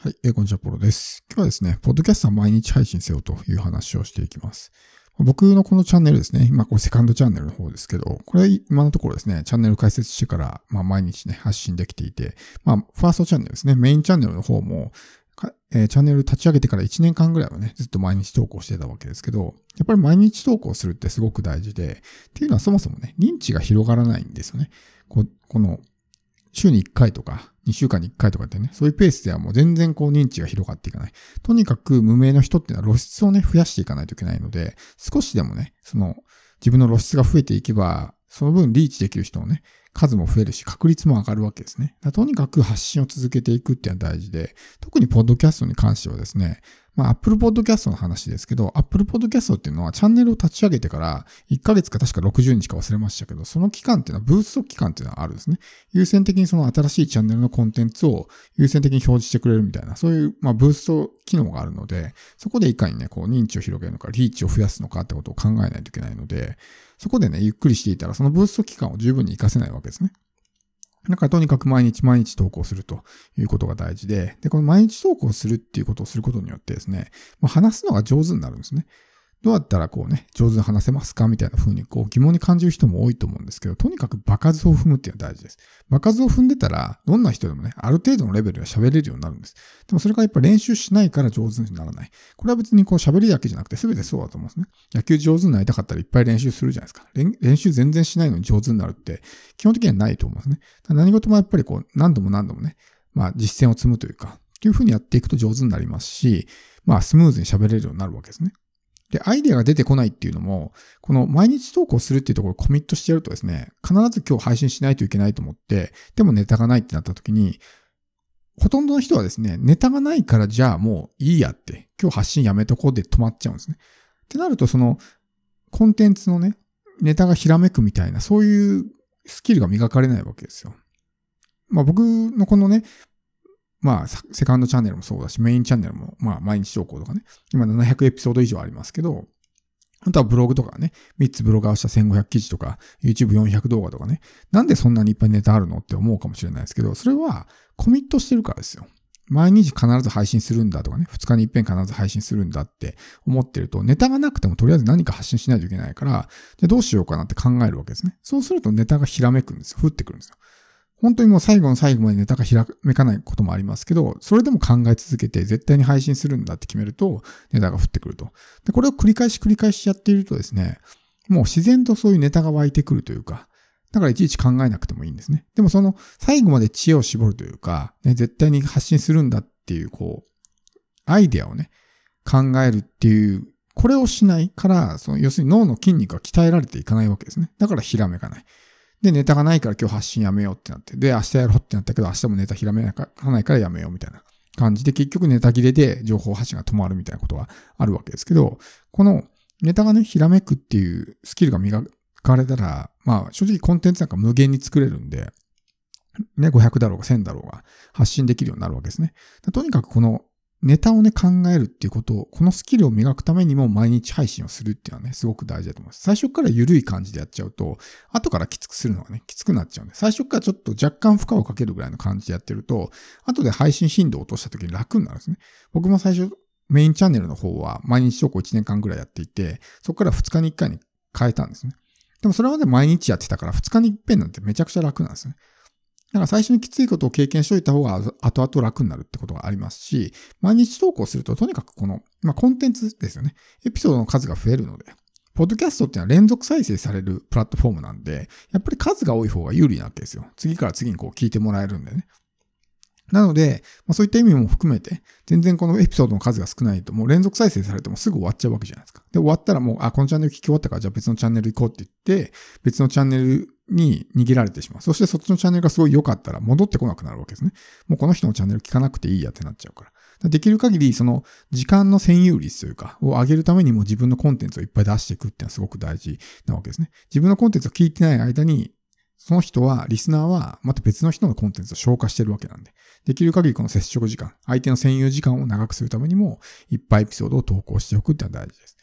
はい、こんにちは、ポロです。今日はですね、ポッドキャストは毎日配信せよという話をしていきます。僕のこのチャンネルですね、今これセカンドチャンネルの方ですけど、これ今のところですね、チャンネル開設してから毎日ね、発信できていて、ファーストチャンネルですね、メインチャンネルの方も、チャンネル立ち上げてから1年間ぐらいはね、ずっと毎日投稿してたわけですけど、やっぱり毎日投稿するってすごく大事で、っていうのはそもそもね、認知が広がらないんですよね。この週に1回とか、2週間に1回とかってね、そういうペースではもう全然認知が広がっていかない。とにかく無名の人っていうのは露出をね、増やしていかないといけないので、少しでもね、自分の露出が増えていけば、その分リーチできる人のね、数も増えるし、確率も上がるわけですね。とにかく発信を続けていくっていうのは大事で、特にポッドキャストに関してはですね、Apple Podcast の話ですけど、Apple Podcast っていうのはチャンネルを立ち上げてから1ヶ月か確か60日か忘れましたけど、その期間っていうのはブースト期間っていうのはあるんですね。優先的にその新しいチャンネルのコンテンツを優先的に表示してくれるみたいな、そういうブースト機能があるので、そこでいかにね、認知を広げるのか、リーチを増やすのかってことを考えないといけないので、そこでね、ゆっくりしていたらそのブースト期間を十分に活かせないわけですね。だからとにかく毎日投稿するということが大事で、この毎日投稿するっていうことをすることによってですね、話すのが上手になるんですね。どうやったら上手に話せますかみたいな風に疑問に感じる人も多いと思うんですけど、とにかく場数を踏むっていうのは大事です。場数を踏んでたら、どんな人でもね、ある程度のレベルで喋れるようになるんです。でもそれがやっぱ練習しないから上手にならない。これは別に喋りだけじゃなくて全てそうだと思うんですね。野球上手になりたかったらいっぱい練習するじゃないですか。練習全然しないのに上手になるって基本的にはないと思うんですね。何事もやっぱり何度もね、実践を積むというか、っていう風にやっていくと上手になりますし、スムーズに喋れるようになるわけですね。で、アイデアが出てこないっていうのも、この毎日投稿するっていうところをコミットしてやるとですね、必ず今日配信しないといけないと思って、でもネタがないってなった時に、ほとんどの人はですね、ネタがないからじゃあもういいやって、今日発信やめとこうで止まっちゃうんですね。ってなるとコンテンツのね、ネタがひらめくみたいな、そういうスキルが磨かれないわけですよ。僕のこのね、セカンドチャンネルもそうだし、メインチャンネルも、毎日投稿とかね、今700エピソード以上ありますけど、あとはブログとかね、3つブロガーした1500記事とか、YouTube400 動画とかね、なんでそんなにいっぱいネタあるのって思うかもしれないですけど、それはコミットしてるからですよ。毎日必ず配信するんだとかね、2日に一遍必ず配信するんだって思ってると、ネタがなくてもとりあえず何か発信しないといけないから、じゃあどうしようかなって考えるわけですね。そうするとネタがひらめくんですよ。降ってくるんですよ。本当にもう最後の最後までネタがひらめかないこともありますけど、それでも考え続けて絶対に配信するんだって決めると、ネタが降ってくると。で、これを繰り返しやっているとですね、もう自然とそういうネタが湧いてくるというか、だからいちいち考えなくてもいいんですね。でも最後まで知恵を絞るというか、ね、絶対に発信するんだっていう、アイデアをね、考えるっていう、これをしないから、要するに脳の筋肉が鍛えられていかないわけですね。だからひらめかない。で、ネタがないから今日発信やめようってなって。で、明日やろうってなったけど、明日もネタひらめかないからやめようみたいな感じで、結局ネタ切れで情報発信が止まるみたいなことがあるわけですけど、このネタがね、ひらめくっていうスキルが磨かれたら、正直コンテンツなんか無限に作れるんで、ね、500だろうが1000だろうが発信できるようになるわけですね。とにかくこのネタをね、考えるっていうことを、このスキルを磨くためにも毎日配信をするっていうのはね、すごく大事だと思います。最初から緩い感じでやっちゃうと、後からきつくするのがね、きつくなっちゃうんで、最初からちょっと若干負荷をかけるぐらいの感じでやってると、後で配信頻度を落とした時に楽になるんですね。僕も最初、メインチャンネルの方は毎日投稿1年間ぐらいやっていて、そこから2日に1回に変えたんですね。でもそれまで毎日やってたから2日に1遍なんてめちゃくちゃ楽なんですね。だから最初にきついことを経験しておいた方が後々楽になるってことがありますし、毎日投稿するととにかくコンテンツですよね。エピソードの数が増えるので、ポッドキャストっていうのは連続再生されるプラットフォームなんで、やっぱり数が多い方が有利なわけですよ。次から次に聞いてもらえるんでね。なので、そういった意味も含めて、全然このエピソードの数が少ないと、もう連続再生されてもすぐ終わっちゃうわけじゃないですか。で、終わったらもう、このチャンネル聞き終わったから、じゃあ別のチャンネル行こうって言って、別のチャンネルに逃げられてしまう。そしてそっちのチャンネルがすごい良かったら戻ってこなくなるわけですね。もうこの人のチャンネル聞かなくていいやってなっちゃうから。できる限り、時間の占有率というか、を上げるためにも自分のコンテンツをいっぱい出していくっていうのはすごく大事なわけですね。自分のコンテンツを聞いてない間に、その人は、リスナーは、また別の人のコンテンツを消化してるわけなんで、できる限りこの接触時間、相手の占有時間を長くするためにも、いっぱいエピソードを投稿しておくってのは大事です。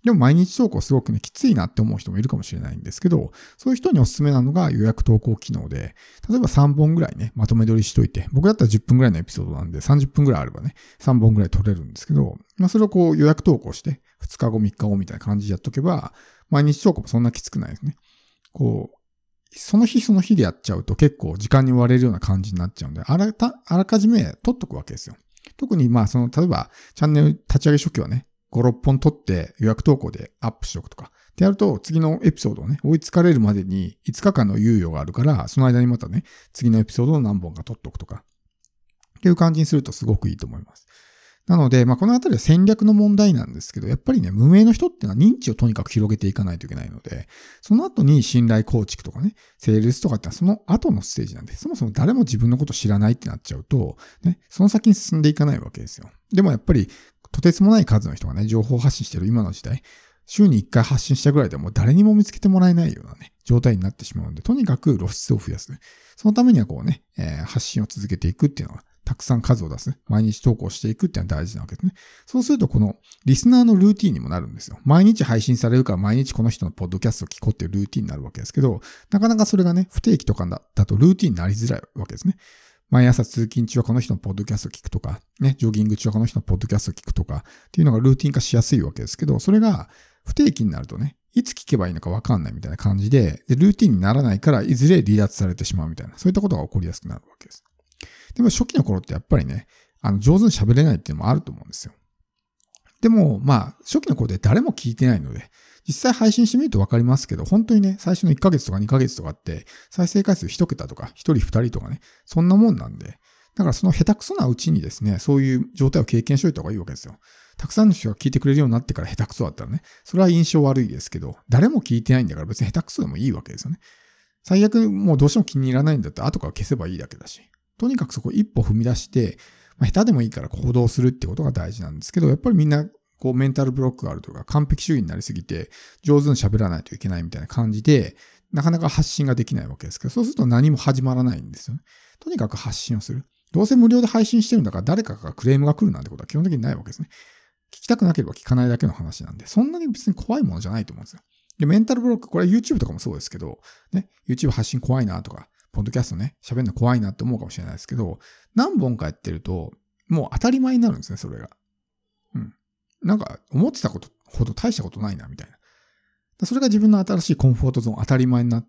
でも毎日投稿すごくね、きついなって思う人もいるかもしれないんですけど、そういう人におすすめなのが予約投稿機能で、例えば3本ぐらいね、まとめ撮りしといて、僕だったら10分ぐらいのエピソードなんで30分ぐらいあればね、3本ぐらい撮れるんですけど、それをこう予約投稿して、2日後、3日後みたいな感じでやっとけば、毎日投稿もそんなきつくないですね。その日その日でやっちゃうと結構時間に追われるような感じになっちゃうんで、あらかじめ撮っとくわけですよ。特に例えばチャンネル立ち上げ初期はね、5、6本撮って予約投稿でアップしておくとか。ってやると次のエピソードをね、追いつかれるまでに5日間の猶予があるから、その間にまたね、次のエピソードを何本か撮っておくとか。っていう感じにするとすごくいいと思います。なので、このあたりは戦略の問題なんですけど、やっぱりね、無名の人っていうのは認知をとにかく広げていかないといけないので、その後に信頼構築とかね、セールスとかってのはその後のステージなんで、そもそも誰も自分のこと知らないってなっちゃうと、ね、その先に進んでいかないわけですよ。でもやっぱり、とてつもない数の人がね、情報発信してる今の時代、週に1回発信したぐらいでもう誰にも見つけてもらえないようなね、状態になってしまうので、とにかく露出を増やす。そのためには発信を続けていくっていうのは、たくさん数を出す。毎日投稿していくっていうのは大事なわけですね。そうするとこのリスナーのルーティンにもなるんですよ。毎日配信されるから毎日この人のポッドキャストを聞こうっていうルーティンになるわけですけど、なかなかそれがね、不定期とかだとルーティンになりづらいわけですね。毎朝通勤中はこの人のポッドキャストを聞くとか、ね、ジョギング中はこの人のポッドキャストを聞くとかっていうのがルーティン化しやすいわけですけど、それが不定期になるとね、いつ聞けばいいのか分かんないみたいな感じで、ルーティンにならないからいずれ離脱されてしまうみたいな、そういったことが起こりやすくなるわけです。でも初期の頃ってやっぱりね、上手に喋れないっていうのもあると思うんですよ。でも、初期の頃で誰も聞いてないので、実際配信してみると分かりますけど、本当にね、最初の1ヶ月とか2ヶ月とかって、再生回数1桁とか、1人2人とかね、そんなもんなんで、だからその下手くそなうちにですね、そういう状態を経験しといた方がいいわけですよ。たくさんの人が聞いてくれるようになってから下手くそだったらね、それは印象悪いですけど、誰も聞いてないんだから別に下手くそでもいいわけですよね。最悪もうどうしても気に入らないんだったら後から消せばいいだけだし。とにかくそこ一歩踏み出して、下手でもいいから行動するってことが大事なんですけど、やっぱりみんなメンタルブロックがあるというか、完璧主義になりすぎて、上手に喋らないといけないみたいな感じで、なかなか発信ができないわけですけど、そうすると何も始まらないんですよね。とにかく発信をする。どうせ無料で配信してるんだから誰かからクレームが来るなんてことは基本的にないわけですね。聞きたくなければ聞かないだけの話なんで、そんなに別に怖いものじゃないと思うんですよ。で、メンタルブロック、これは YouTube とかもそうですけど、ね、YouTube 発信怖いなとか、ポッドキャストね、喋るの怖いなって思うかもしれないですけど、何本かやってると、もう当たり前になるんですね、それが。なんか、思ってたことほど大したことないな、みたいな。それが自分の新しいコンフォートゾーン、当たり前になって、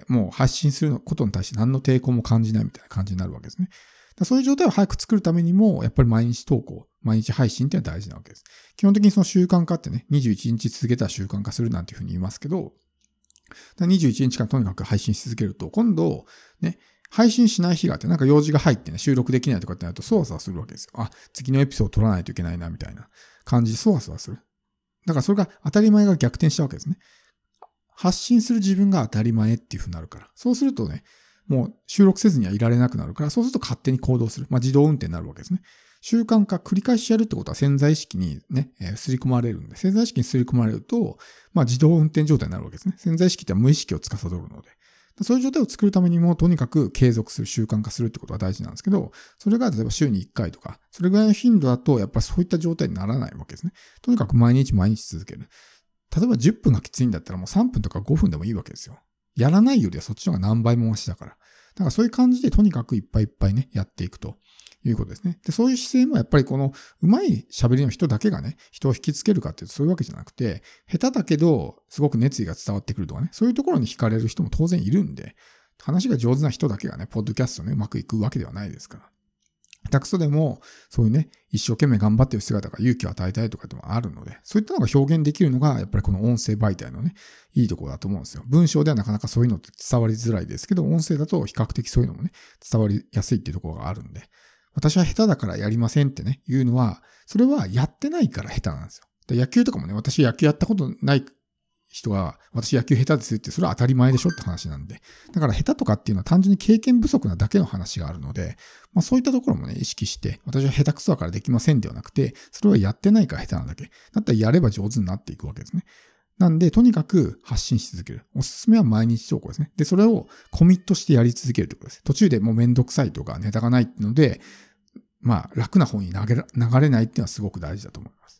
もう発信することに対して何の抵抗も感じないみたいな感じになるわけですね。そういう状態を早く作るためにも、やっぱり毎日投稿、毎日配信っていうのは大事なわけです。基本的にその習慣化ってね、21日続けたら習慣化するなんていうふうに言いますけど、21日間とにかく配信し続けると、今度、ね、配信しない日があって、なんか用事が入ってね、収録できないとかってなると、そわそわするわけですよ。あ、次のエピソード撮らないといけないな、みたいな感じでそわそわする。だからそれが当たり前が逆転したわけですね。発信する自分が当たり前っていう風になるから。そうするとね、もう収録せずにはいられなくなるから、そうすると勝手に行動する。自動運転になるわけですね。習慣化、繰り返しやるってことは潜在意識にね、刷り込まれるんで、潜在意識に刷り込まれると、自動運転状態になるわけですね。潜在意識って無意識を司るので。そういう状態を作るためにも、とにかく継続する、習慣化するってことが大事なんですけど、それが例えば週に1回とか、それぐらいの頻度だと、やっぱりそういった状態にならないわけですね。とにかく毎日続ける。例えば10分がきついんだったらもう3分とか5分でもいいわけですよ。やらないよりはそっちの方が何倍もマシだから。だからそういう感じでとにかくいっぱいいっぱいね、やっていくということですね。で、そういう姿勢もやっぱりこの上手い喋りの人だけがね、人を引きつけるかっていうとそういうわけじゃなくて、下手だけどすごく熱意が伝わってくるとかね、そういうところに惹かれる人も当然いるんで、話が上手な人だけがね、ポッドキャストね、うまくいくわけではないですから。下手くそでも、そういうね、一生懸命頑張っている姿が勇気を与えたいとかでもあるので、そういったのが表現できるのが、やっぱりこの音声媒体のね、いいところだと思うんですよ。文章ではなかなかそういうのって伝わりづらいですけど、音声だと比較的そういうのもね、伝わりやすいっていうところがあるんで、私は下手だからやりませんってね、言うのは、それはやってないから下手なんですよ。で野球とかもね、私野球やったことない人が、私野球下手ですって、それは当たり前でしょって話なんで。だから下手とかっていうのは単純に経験不足なだけの話があるので、そういったところもね、意識して、私は下手くそだからできませんではなくて、それはやってないから下手なだけ。だったらやれば上手になっていくわけですね。なんで、とにかく発信し続ける。おすすめは毎日投稿ですね。で、それをコミットしてやり続けるということです。途中でもうめんどくさいとかネタがないっていうので、楽な方に流れないっていうのはすごく大事だと思います。